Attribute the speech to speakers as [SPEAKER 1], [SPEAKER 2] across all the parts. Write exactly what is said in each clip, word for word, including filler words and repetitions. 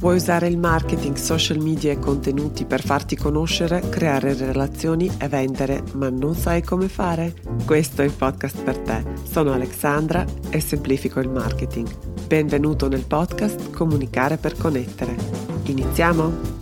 [SPEAKER 1] Vuoi usare il marketing, social media e contenuti per farti conoscere, creare relazioni e vendere, ma non sai come fare? Questo è il podcast per te. Sono Alexandra e semplifico il marketing. Benvenuto nel podcast Comunicare per connettere. Iniziamo?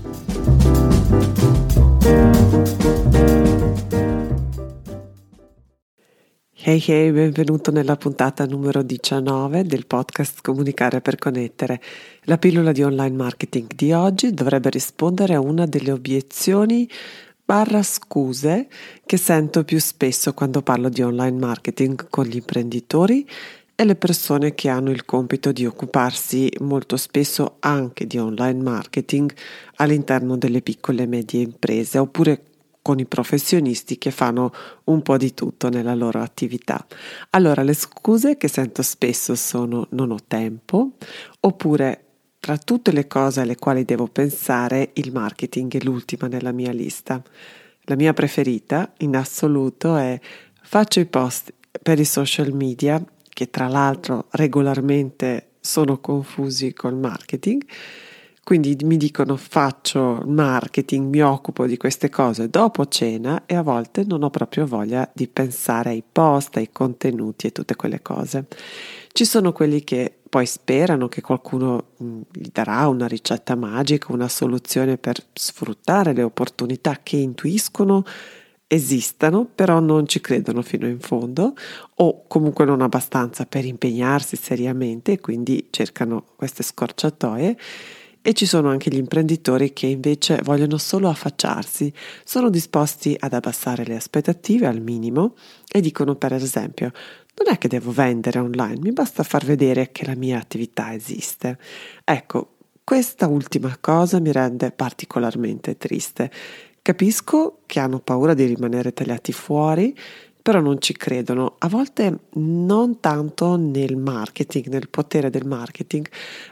[SPEAKER 1] Hey hey, benvenuto nella puntata numero diciannove del podcast Comunicare per connettere. La pillola di online marketing di oggi dovrebbe rispondere a una delle obiezioni barra scuse che sento più spesso quando parlo di online marketing con gli imprenditori e le persone che hanno il compito di occuparsi molto spesso anche di online marketing all'interno delle piccole e medie imprese oppure con i professionisti che fanno un po' di tutto nella loro attività. Allora, le scuse che sento spesso sono: non ho tempo, oppure tra tutte le cose alle quali devo pensare, il marketing è l'ultima nella mia lista. La mia preferita in assoluto è: faccio i post per i social media, che tra l'altro regolarmente sono confusi col marketing. Quindi mi dicono faccio marketing, mi occupo di queste cose dopo cena e a volte non ho proprio voglia di pensare ai post, ai contenuti e tutte quelle cose. Ci sono quelli che poi sperano che qualcuno mh, gli darà una ricetta magica, una soluzione per sfruttare le opportunità che intuiscono esistano, però non ci credono fino in fondo o comunque non abbastanza per impegnarsi seriamente e quindi cercano queste scorciatoie. E ci sono anche gli imprenditori che invece vogliono solo affacciarsi, sono disposti ad abbassare le aspettative al minimo e dicono, per esempio: non è che devo vendere online, mi basta far vedere che la mia attività esiste. Ecco, questa ultima cosa mi rende particolarmente triste. Capisco che hanno paura di rimanere tagliati fuori, però non ci credono, a volte non tanto nel marketing, nel potere del marketing,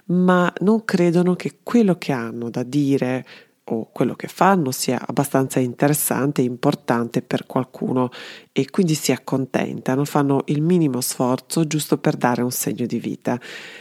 [SPEAKER 1] ma non credono che quello che hanno da dire o quello che fanno sia abbastanza interessante e importante per qualcuno e quindi si accontentano, fanno il minimo sforzo giusto per dare un segno di vita.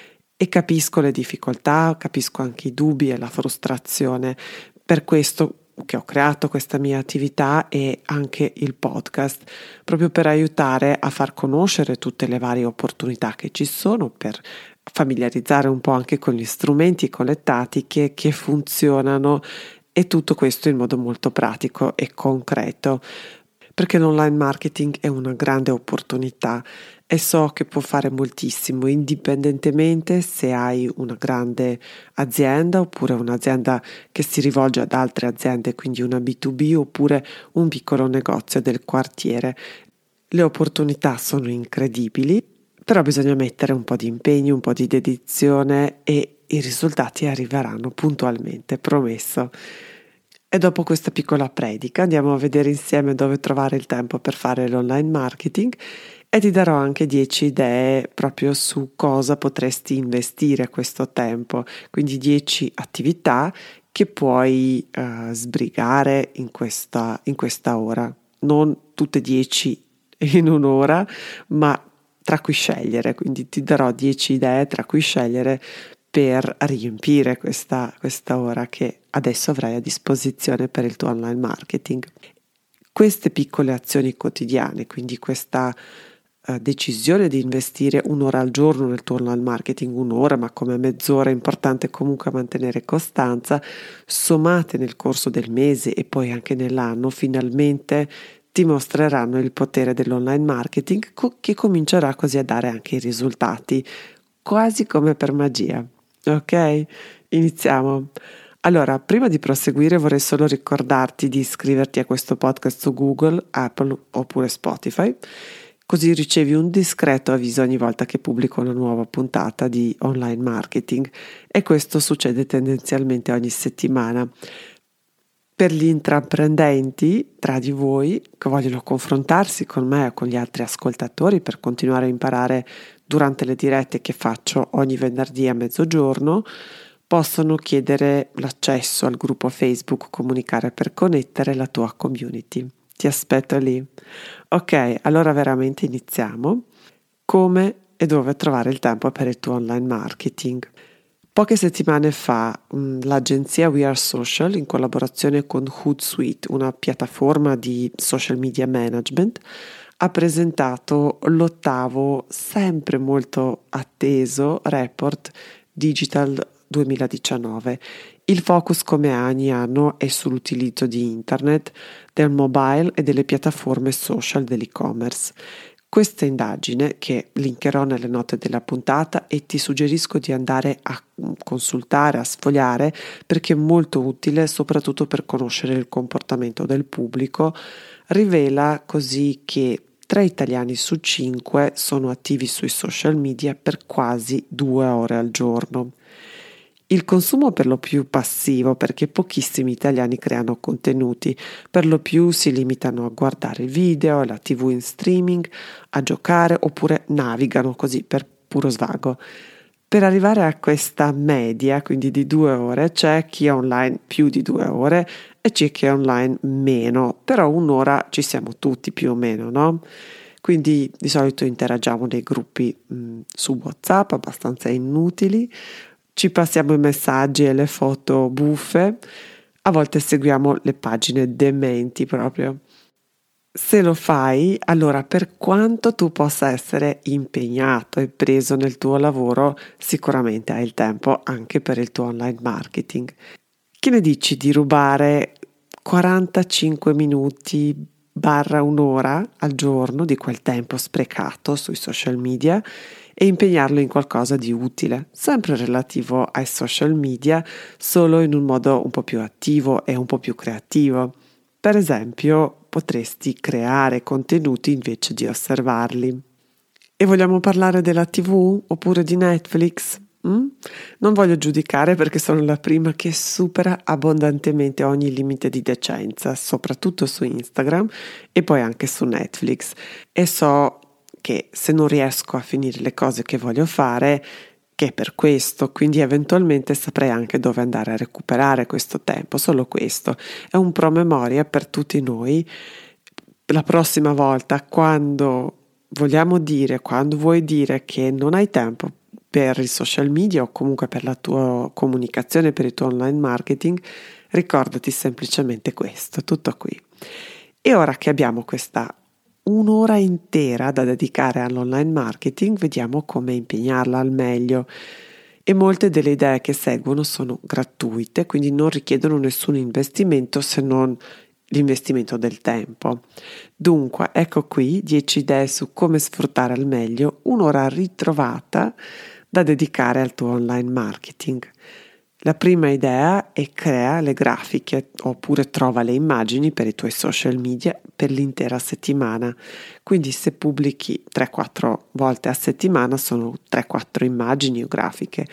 [SPEAKER 1] E capisco le difficoltà, capisco anche i dubbi e la frustrazione, per questo che ho creato questa mia attività e anche il podcast, proprio per aiutare a far conoscere tutte le varie opportunità che ci sono, per familiarizzare un po' anche con gli strumenti e con le tattiche che funzionano e tutto questo in modo molto pratico e concreto, perché l'online marketing è una grande opportunità e so che può fare moltissimo, indipendentemente se hai una grande azienda oppure un'azienda che si rivolge ad altre aziende, quindi una B due B oppure un piccolo negozio del quartiere. Le opportunità sono incredibili, però bisogna mettere un po' di impegno, un po' di dedizione e i risultati arriveranno puntualmente, promesso. E dopo questa piccola predica andiamo a vedere insieme dove trovare il tempo per fare l'online marketing e ti darò anche dieci idee proprio su cosa potresti investire questo tempo, quindi dieci attività che puoi uh, sbrigare in questa, in questa ora, non tutte dieci in un'ora, ma tra cui scegliere, quindi ti darò dieci idee tra cui scegliere per riempire questa, questa ora che adesso avrai a disposizione per il tuo online marketing. Queste piccole azioni quotidiane, quindi questa uh, decisione di investire un'ora al giorno nel tuo online marketing, un'ora ma come mezz'ora, è importante comunque mantenere costanza, sommate nel corso del mese e poi anche nell'anno, finalmente ti mostreranno il potere dell'online marketing co- che comincerà così a dare anche i risultati, quasi come per magia. Ok? Iniziamo. Allora, prima di proseguire vorrei solo ricordarti di iscriverti a questo podcast su Google, Apple oppure Spotify, così ricevi un discreto avviso ogni volta che pubblico una nuova puntata di online marketing e questo succede tendenzialmente ogni settimana. Per gli intraprendenti tra di voi che vogliono confrontarsi con me o con gli altri ascoltatori per continuare a imparare durante le dirette che faccio ogni venerdì a mezzogiorno, possono chiedere l'accesso al gruppo Facebook Comunicare per connettere la tua community. Ti aspetto lì. Ok, allora veramente iniziamo. Come e dove trovare il tempo per il tuo online marketing? Poche settimane fa mh, l'agenzia We Are Social, in collaborazione con Hootsuite, una piattaforma di social media management, ha presentato l'ottavo, sempre molto atteso, report Digital duemiladiciannove. Il focus, come ogni anno, è sull'utilizzo di internet, del mobile e delle piattaforme social dell'e-commerce. Questa indagine, che linkerò nelle note della puntata e ti suggerisco di andare a consultare, a sfogliare, perché è molto utile soprattutto per conoscere il comportamento del pubblico, rivela così che tre italiani su cinque sono attivi sui social media per quasi due ore al giorno. Il consumo per lo più passivo, perché pochissimi italiani creano contenuti, per lo più si limitano a guardare video, la tivù in streaming, a giocare oppure navigano così per puro svago. Per arrivare a questa media, quindi di due ore, c'è chi è online più di due ore e c'è chi è online meno, però un'ora ci siamo tutti più o meno, no? Quindi di solito interagiamo nei gruppi mh, su WhatsApp, abbastanza inutili, ci passiamo i messaggi e le foto buffe, a volte seguiamo le pagine dementi proprio. Se lo fai, allora per quanto tu possa essere impegnato e preso nel tuo lavoro, sicuramente hai il tempo anche per il tuo online marketing. Che ne dici di rubare quarantacinque minuti barra un'ora al giorno di quel tempo sprecato sui social media e impegnarlo in qualcosa di utile, sempre relativo ai social media, solo in un modo un po' più attivo e un po' più creativo. Per esempio, potresti creare contenuti invece di osservarli. E vogliamo parlare della tivù oppure di Netflix? Mm? Non voglio giudicare perché sono la prima che supera abbondantemente ogni limite di decenza, soprattutto su Instagram e poi anche su Netflix. E so che se non riesco a finire le cose che voglio fare, che è per questo, quindi eventualmente saprei anche dove andare a recuperare questo tempo, solo questo. È un promemoria per tutti noi. La prossima volta, quando vogliamo dire, quando vuoi dire che non hai tempo per i social media o comunque per la tua comunicazione, per il tuo online marketing, ricordati semplicemente questo, tutto qui. E ora che abbiamo questa un'ora intera da dedicare all'online marketing, vediamo come impegnarla al meglio. E molte delle idee che seguono sono gratuite, quindi non richiedono nessun investimento se non l'investimento del tempo. Dunque, ecco qui dieci idee su come sfruttare al meglio un'ora ritrovata da dedicare al tuo online marketing. La prima idea è: crea le grafiche oppure trova le immagini per i tuoi social media per l'intera settimana. Quindi se pubblichi tre quattro volte a settimana sono tre quattro immagini o grafiche.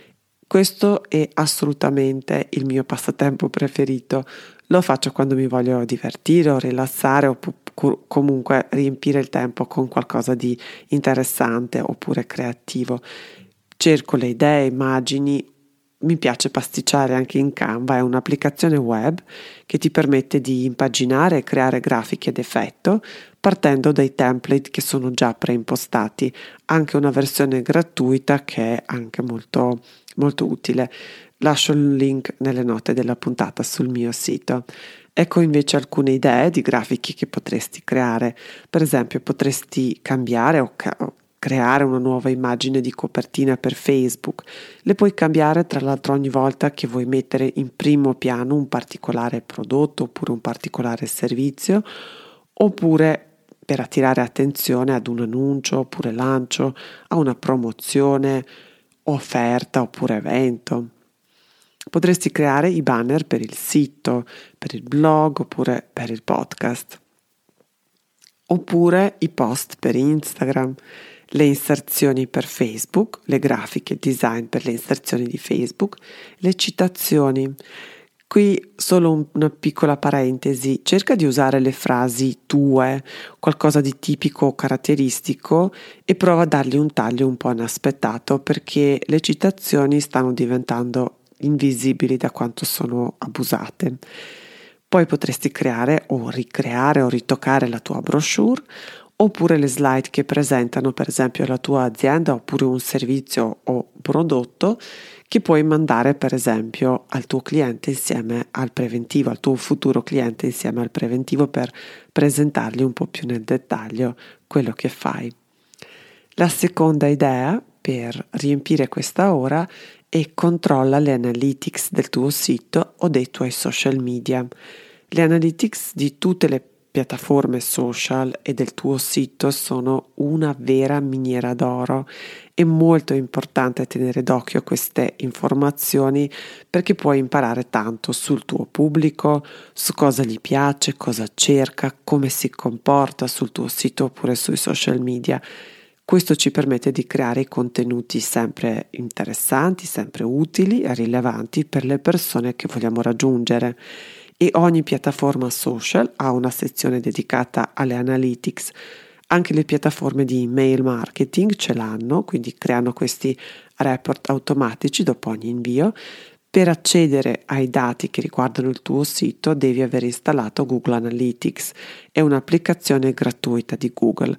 [SPEAKER 1] Questo è assolutamente il mio passatempo preferito. Lo faccio quando mi voglio divertire o rilassare o pu- comunque riempire il tempo con qualcosa di interessante oppure creativo. Cerco le idee, immagini. Mi piace pasticciare anche in Canva, è un'applicazione web che ti permette di impaginare e creare grafiche ad effetto partendo dai template che sono già preimpostati, anche una versione gratuita che è anche molto, molto utile. Lascio il link nelle note della puntata sul mio sito. Ecco invece alcune idee di grafiche che potresti creare. Per esempio, potresti cambiare o ca- creare una nuova immagine di copertina per Facebook. Le puoi cambiare tra l'altro ogni volta che vuoi mettere in primo piano un particolare prodotto oppure un particolare servizio, oppure per attirare attenzione ad un annuncio oppure lancio, a una promozione, offerta oppure evento. Potresti creare i banner per il sito, per il blog oppure per il podcast. Oppure i post per Instagram, le inserzioni per Facebook, le grafiche, il design per le inserzioni di Facebook, le citazioni. Qui solo un, una piccola parentesi, cerca di usare le frasi tue, qualcosa di tipico o caratteristico e prova a dargli un taglio un po' inaspettato perché le citazioni stanno diventando invisibili da quanto sono abusate. Poi potresti creare o ricreare o ritoccare la tua brochure oppure le slide che presentano per esempio la tua azienda oppure un servizio o prodotto che puoi mandare per esempio al tuo cliente insieme al preventivo, al tuo futuro cliente insieme al preventivo per presentargli un po' più nel dettaglio quello che fai. La seconda idea per riempire questa ora è controlla le analytics del tuo sito o dei tuoi social media. Le analytics di tutte le piattaforme social e del tuo sito sono una vera miniera d'oro. È molto importante tenere d'occhio queste informazioni perché puoi imparare tanto sul tuo pubblico, su cosa gli piace, cosa cerca, come si comporta sul tuo sito oppure sui social media. Questo ci permette di creare contenuti sempre interessanti, sempre utili e rilevanti per le persone che vogliamo raggiungere. E ogni piattaforma social ha una sezione dedicata alle analytics. Anche le piattaforme di email marketing ce l'hanno, quindi creano questi report automatici dopo ogni invio. Per accedere ai dati che riguardano il tuo sito devi aver installato Google Analytics, è un'applicazione gratuita di Google.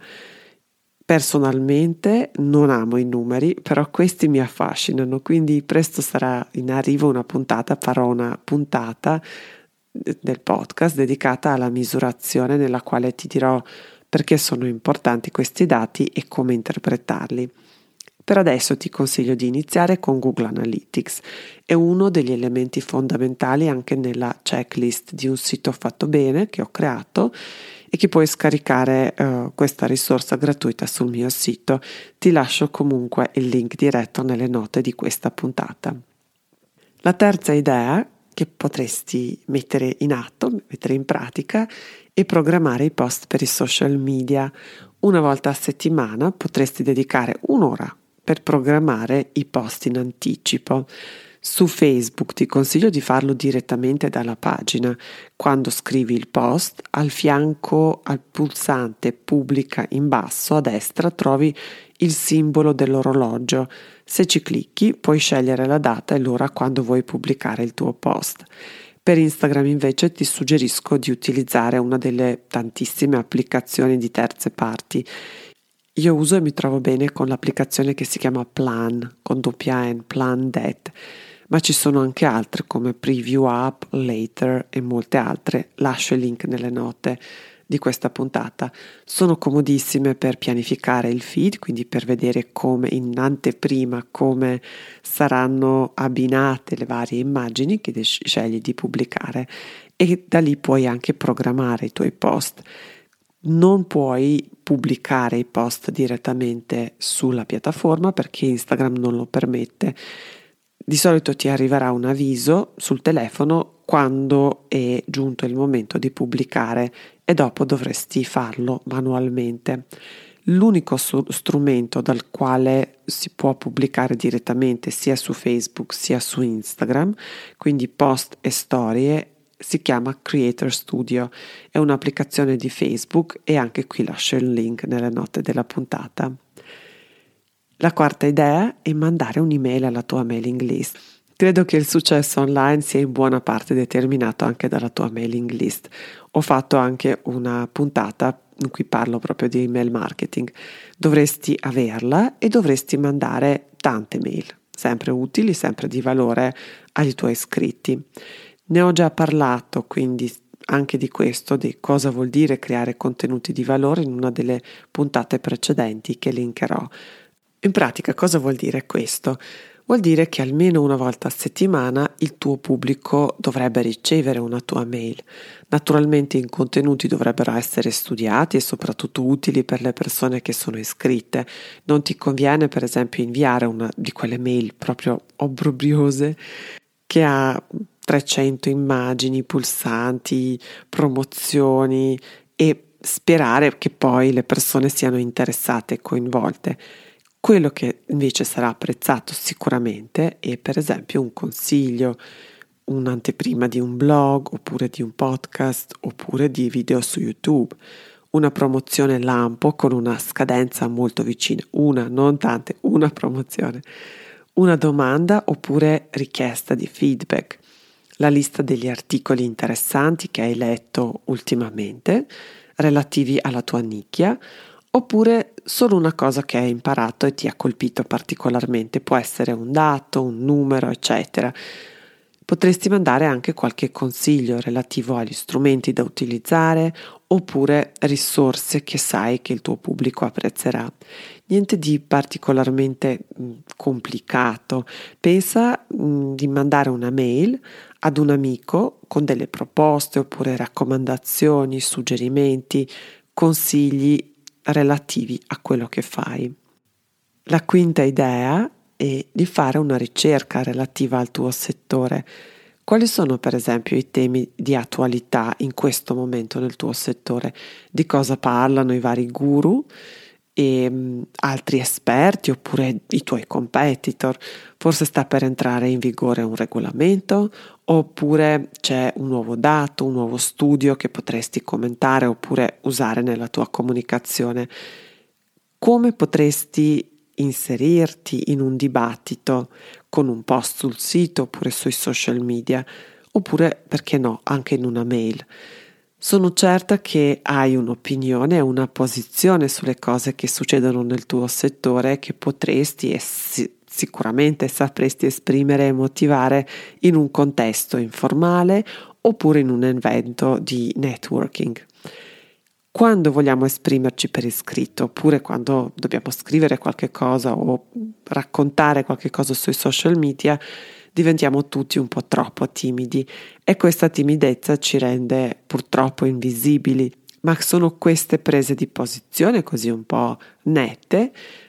[SPEAKER 1] Personalmente non amo i numeri, però questi mi affascinano, quindi presto sarà in arrivo una puntata, farò una puntata del podcast dedicata alla misurazione nella quale ti dirò perché sono importanti questi dati e come interpretarli. Per adesso ti consiglio di iniziare con Google Analytics, è uno degli elementi fondamentali anche nella checklist di un sito fatto bene che ho creato e che puoi scaricare uh, questa risorsa gratuita sul mio sito. Ti lascio comunque il link diretto nelle note di questa puntata. La terza idea che potresti mettere in atto, mettere in pratica, è programmare i post per i social media. Una volta a settimana potresti dedicare un'ora per programmare i post in anticipo. Su Facebook ti consiglio di farlo direttamente dalla pagina. Quando scrivi il post, al fianco al pulsante pubblica in basso a destra trovi il simbolo dell'orologio. Se ci clicchi puoi scegliere la data e l'ora quando vuoi pubblicare il tuo post. Per Instagram invece ti suggerisco di utilizzare una delle tantissime applicazioni di terze parti. Io uso e mi trovo bene con l'applicazione che si chiama Plan, con doppia N, Plandet, ma ci sono anche altre come Preview App, Later e molte altre. Lascio il link nelle note di questa puntata. Sono comodissime per pianificare il feed, quindi per vedere come in anteprima come saranno abbinate le varie immagini che scegli di pubblicare e da lì puoi anche programmare i tuoi post. Non puoi pubblicare i post direttamente sulla piattaforma perché Instagram non lo permette. Di solito ti arriverà un avviso sul telefono quando è giunto il momento di pubblicare e dopo dovresti farlo manualmente. L'unico strumento dal quale si può pubblicare direttamente sia su Facebook sia su Instagram, quindi post e storie, si chiama Creator Studio, è un'applicazione di Facebook e anche qui lascio il link nelle note della puntata. La quarta idea è mandare un'email alla tua mailing list. Credo che il successo online sia in buona parte determinato anche dalla tua mailing list. Ho fatto anche una puntata in cui parlo proprio di email marketing. Dovresti averla e dovresti mandare tante mail, sempre utili, sempre di valore ai tuoi iscritti. Ne ho già parlato, quindi anche di questo, di cosa vuol dire creare contenuti di valore in una delle puntate precedenti che linkerò. In pratica cosa vuol dire questo? Vuol dire che almeno una volta a settimana il tuo pubblico dovrebbe ricevere una tua mail. Naturalmente i contenuti dovrebbero essere studiati e soprattutto utili per le persone che sono iscritte. Non ti conviene per esempio inviare una di quelle mail proprio obbrobriose che ha trecento immagini, pulsanti, promozioni e sperare che poi le persone siano interessate e coinvolte. Quello che invece sarà apprezzato sicuramente è per esempio un consiglio, un'anteprima di un blog oppure di un podcast oppure di video su YouTube, una promozione lampo con una scadenza molto vicina, una, non tante, una promozione, una domanda oppure richiesta di feedback, la lista degli articoli interessanti che hai letto ultimamente relativi alla tua nicchia oppure solo una cosa che hai imparato e ti ha colpito particolarmente, può essere un dato, un numero, eccetera. Potresti mandare anche qualche consiglio relativo agli strumenti da utilizzare oppure risorse che sai che il tuo pubblico apprezzerà. Niente di particolarmente mh, complicato. Pensa mh, di mandare una mail ad un amico con delle proposte oppure raccomandazioni, suggerimenti, consigli relativi a quello che fai. La quinta idea è di fare una ricerca relativa al tuo settore. Quali sono per esempio i temi di attualità in questo momento nel tuo settore? Di cosa parlano i vari guru e mh, altri esperti oppure i tuoi competitor? Forse sta per entrare in vigore un regolamento oppure c'è un nuovo dato, un nuovo studio che potresti commentare oppure usare nella tua comunicazione. Come potresti inserirti in un dibattito con un post sul sito oppure sui social media, oppure, perché no, anche in una mail? Sono certa che hai un'opinione e una posizione sulle cose che succedono nel tuo settore che potresti e si- sicuramente sapresti esprimere e motivare in un contesto informale oppure in un evento di networking. Quando vogliamo esprimerci per iscritto, oppure quando dobbiamo scrivere qualche cosa o raccontare qualche cosa sui social media, diventiamo tutti un po' troppo timidi e questa timidezza ci rende purtroppo invisibili, ma sono queste prese di posizione così un po' nette,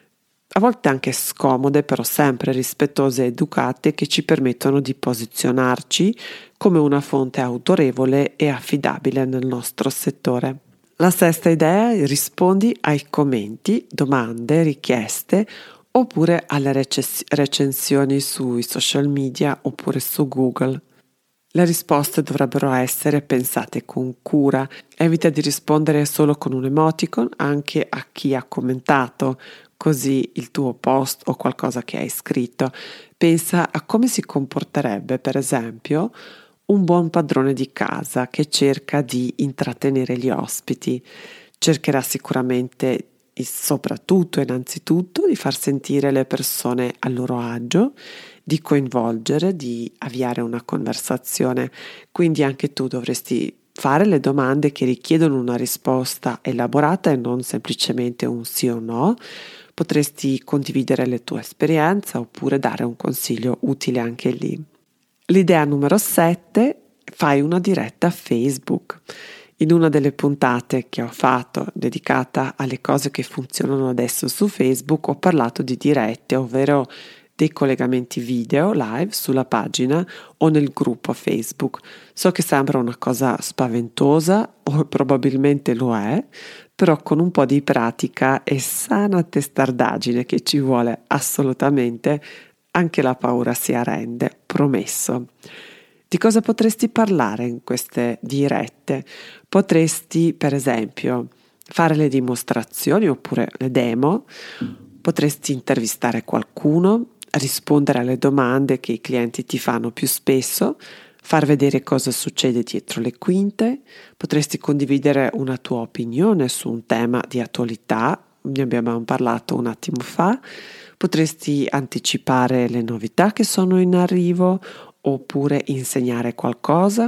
[SPEAKER 1] a volte anche scomode, però sempre rispettose e educate, che ci permettono di posizionarci come una fonte autorevole e affidabile nel nostro settore. La sesta idea è: rispondi ai commenti, domande, richieste oppure alle recens- recensioni sui social media oppure su Google. Le risposte dovrebbero essere pensate con cura. Evita di rispondere solo con un emoticon anche a chi ha commentato così il tuo post o qualcosa che hai scritto. Pensa a come si comporterebbe, per esempio, un buon padrone di casa che cerca di intrattenere gli ospiti. Cercherà sicuramente e soprattutto e innanzitutto di far sentire le persone a loro agio, di coinvolgere, di avviare una conversazione. Quindi anche tu dovresti fare le domande che richiedono una risposta elaborata e non semplicemente un sì o no. Potresti condividere le tue esperienze oppure dare un consiglio utile anche lì. L'idea numero sette: fai una diretta a Facebook. In una delle puntate che ho fatto dedicata alle cose che funzionano adesso su Facebook ho parlato di dirette, ovvero dei collegamenti video live sulla pagina o nel gruppo Facebook. So che sembra una cosa spaventosa, o probabilmente lo è, però con un po' di pratica e sana testardaggine che ci vuole assolutamente, anche la paura si arrende, promesso. Di cosa potresti parlare in queste dirette? Potresti, per esempio, fare le dimostrazioni oppure le demo, potresti intervistare qualcuno, rispondere alle domande che i clienti ti fanno più spesso, far vedere cosa succede dietro le quinte, potresti condividere una tua opinione su un tema di attualità, ne abbiamo parlato un attimo fa, potresti anticipare le novità che sono in arrivo, oppure insegnare qualcosa,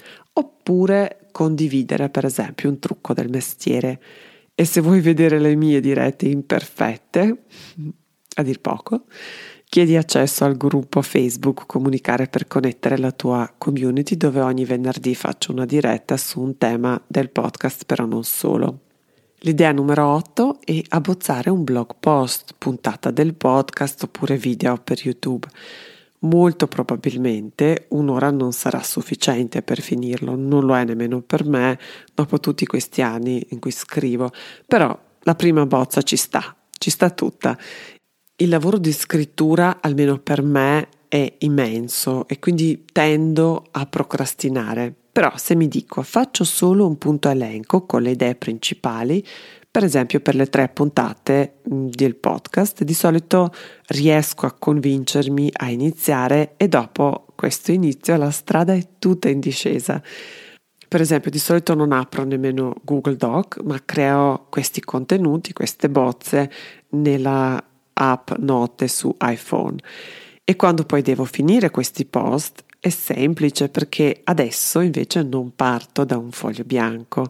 [SPEAKER 1] oppure condividere per esempio un trucco del mestiere. E se vuoi vedere le mie dirette imperfette, a dir poco, chiedi accesso al gruppo Facebook Comunicare per connettere la tua community, dove ogni venerdì faccio una diretta su un tema del podcast, però non solo. L'idea numero otto è abbozzare un blog post, puntata del podcast oppure video per YouTube. Molto probabilmente un'ora non sarà sufficiente per finirlo, non lo è nemmeno per me dopo tutti questi anni in cui scrivo, però la prima bozza ci sta, ci sta tutta. Il lavoro di scrittura, almeno per me, è immenso e quindi tendo a procrastinare. Però se mi dico faccio solo un punto elenco con le idee principali, per esempio per le tre puntate del podcast, di solito riesco a convincermi a iniziare e dopo questo inizio la strada è tutta in discesa. Per esempio, di solito non apro nemmeno Google Doc, ma creo questi contenuti, queste bozze nella app Note su iPhone. E quando poi devo finire questi post è semplice, perché adesso invece non parto da un foglio bianco.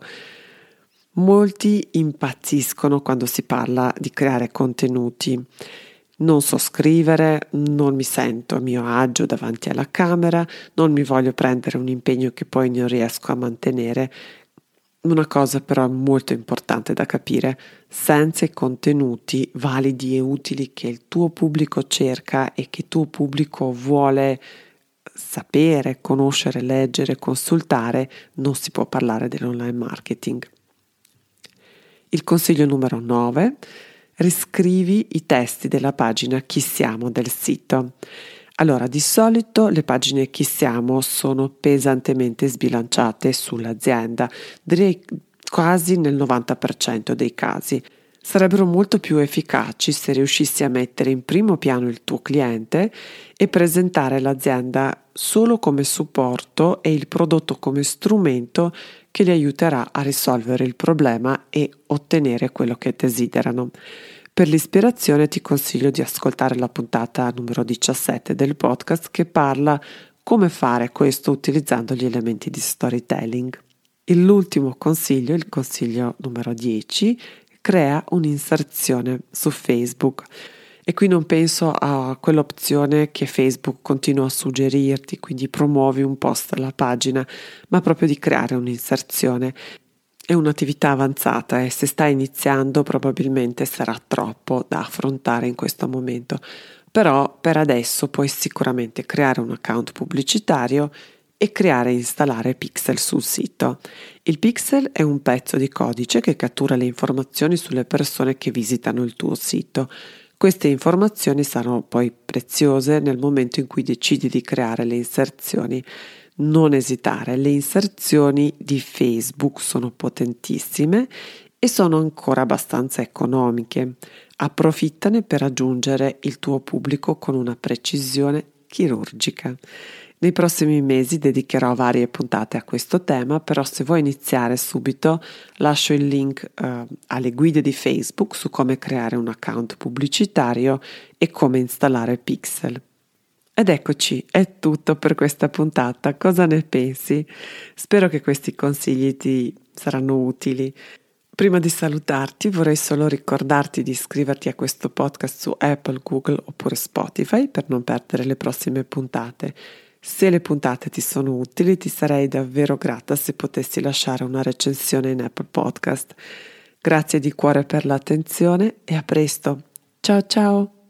[SPEAKER 1] Molti impazziscono quando si parla di creare contenuti. Non so scrivere, non mi sento a mio agio davanti alla camera, non mi voglio prendere un impegno che poi non riesco a mantenere. Una cosa però molto importante da capire: senza i contenuti validi e utili che il tuo pubblico cerca e che il tuo pubblico vuole sapere, conoscere, leggere, consultare, non si può parlare dell'online marketing. Il consiglio numero nove: riscrivi i testi della pagina Chi siamo del sito. Allora, di solito le pagine Chi siamo sono pesantemente sbilanciate sull'azienda, direi quasi nel novanta per cento dei casi. Sarebbero molto più efficaci se riuscissi a mettere in primo piano il tuo cliente e presentare l'azienda solo come supporto e il prodotto come strumento che li aiuterà a risolvere il problema e ottenere quello che desiderano. Per l'ispirazione ti consiglio di ascoltare la puntata numero diciassette del podcast, che parla come fare questo utilizzando gli elementi di storytelling. E l'ultimo consiglio, il consiglio numero dieci, crea un'inserzione su Facebook. E qui non penso a quell'opzione che Facebook continua a suggerirti, quindi promuovi un post alla pagina, ma proprio di creare un'inserzione. È un'attività avanzata e se stai iniziando probabilmente sarà troppo da affrontare in questo momento, però per adesso puoi sicuramente creare un account pubblicitario e creare e installare pixel sul sito. Il pixel è un pezzo di codice che cattura le informazioni sulle persone che visitano il tuo sito. Queste informazioni saranno poi preziose nel momento in cui decidi di creare le inserzioni. Non esitare, le inserzioni di Facebook sono potentissime e sono ancora abbastanza economiche. Approfittane per raggiungere il tuo pubblico con una precisione chirurgica. Nei prossimi mesi dedicherò varie puntate a questo tema, però se vuoi iniziare subito lascio il link eh, alle guide di Facebook su come creare un account pubblicitario e come installare Pixel. Ed eccoci, è tutto per questa puntata. Cosa ne pensi? Spero che questi consigli ti saranno utili. Prima di salutarti vorrei solo ricordarti di iscriverti a questo podcast su Apple, Google oppure Spotify per non perdere le prossime puntate. Se le puntate ti sono utili, ti sarei davvero grata se potessi lasciare una recensione in Apple Podcast. Grazie di cuore per l'attenzione e a presto. Ciao ciao!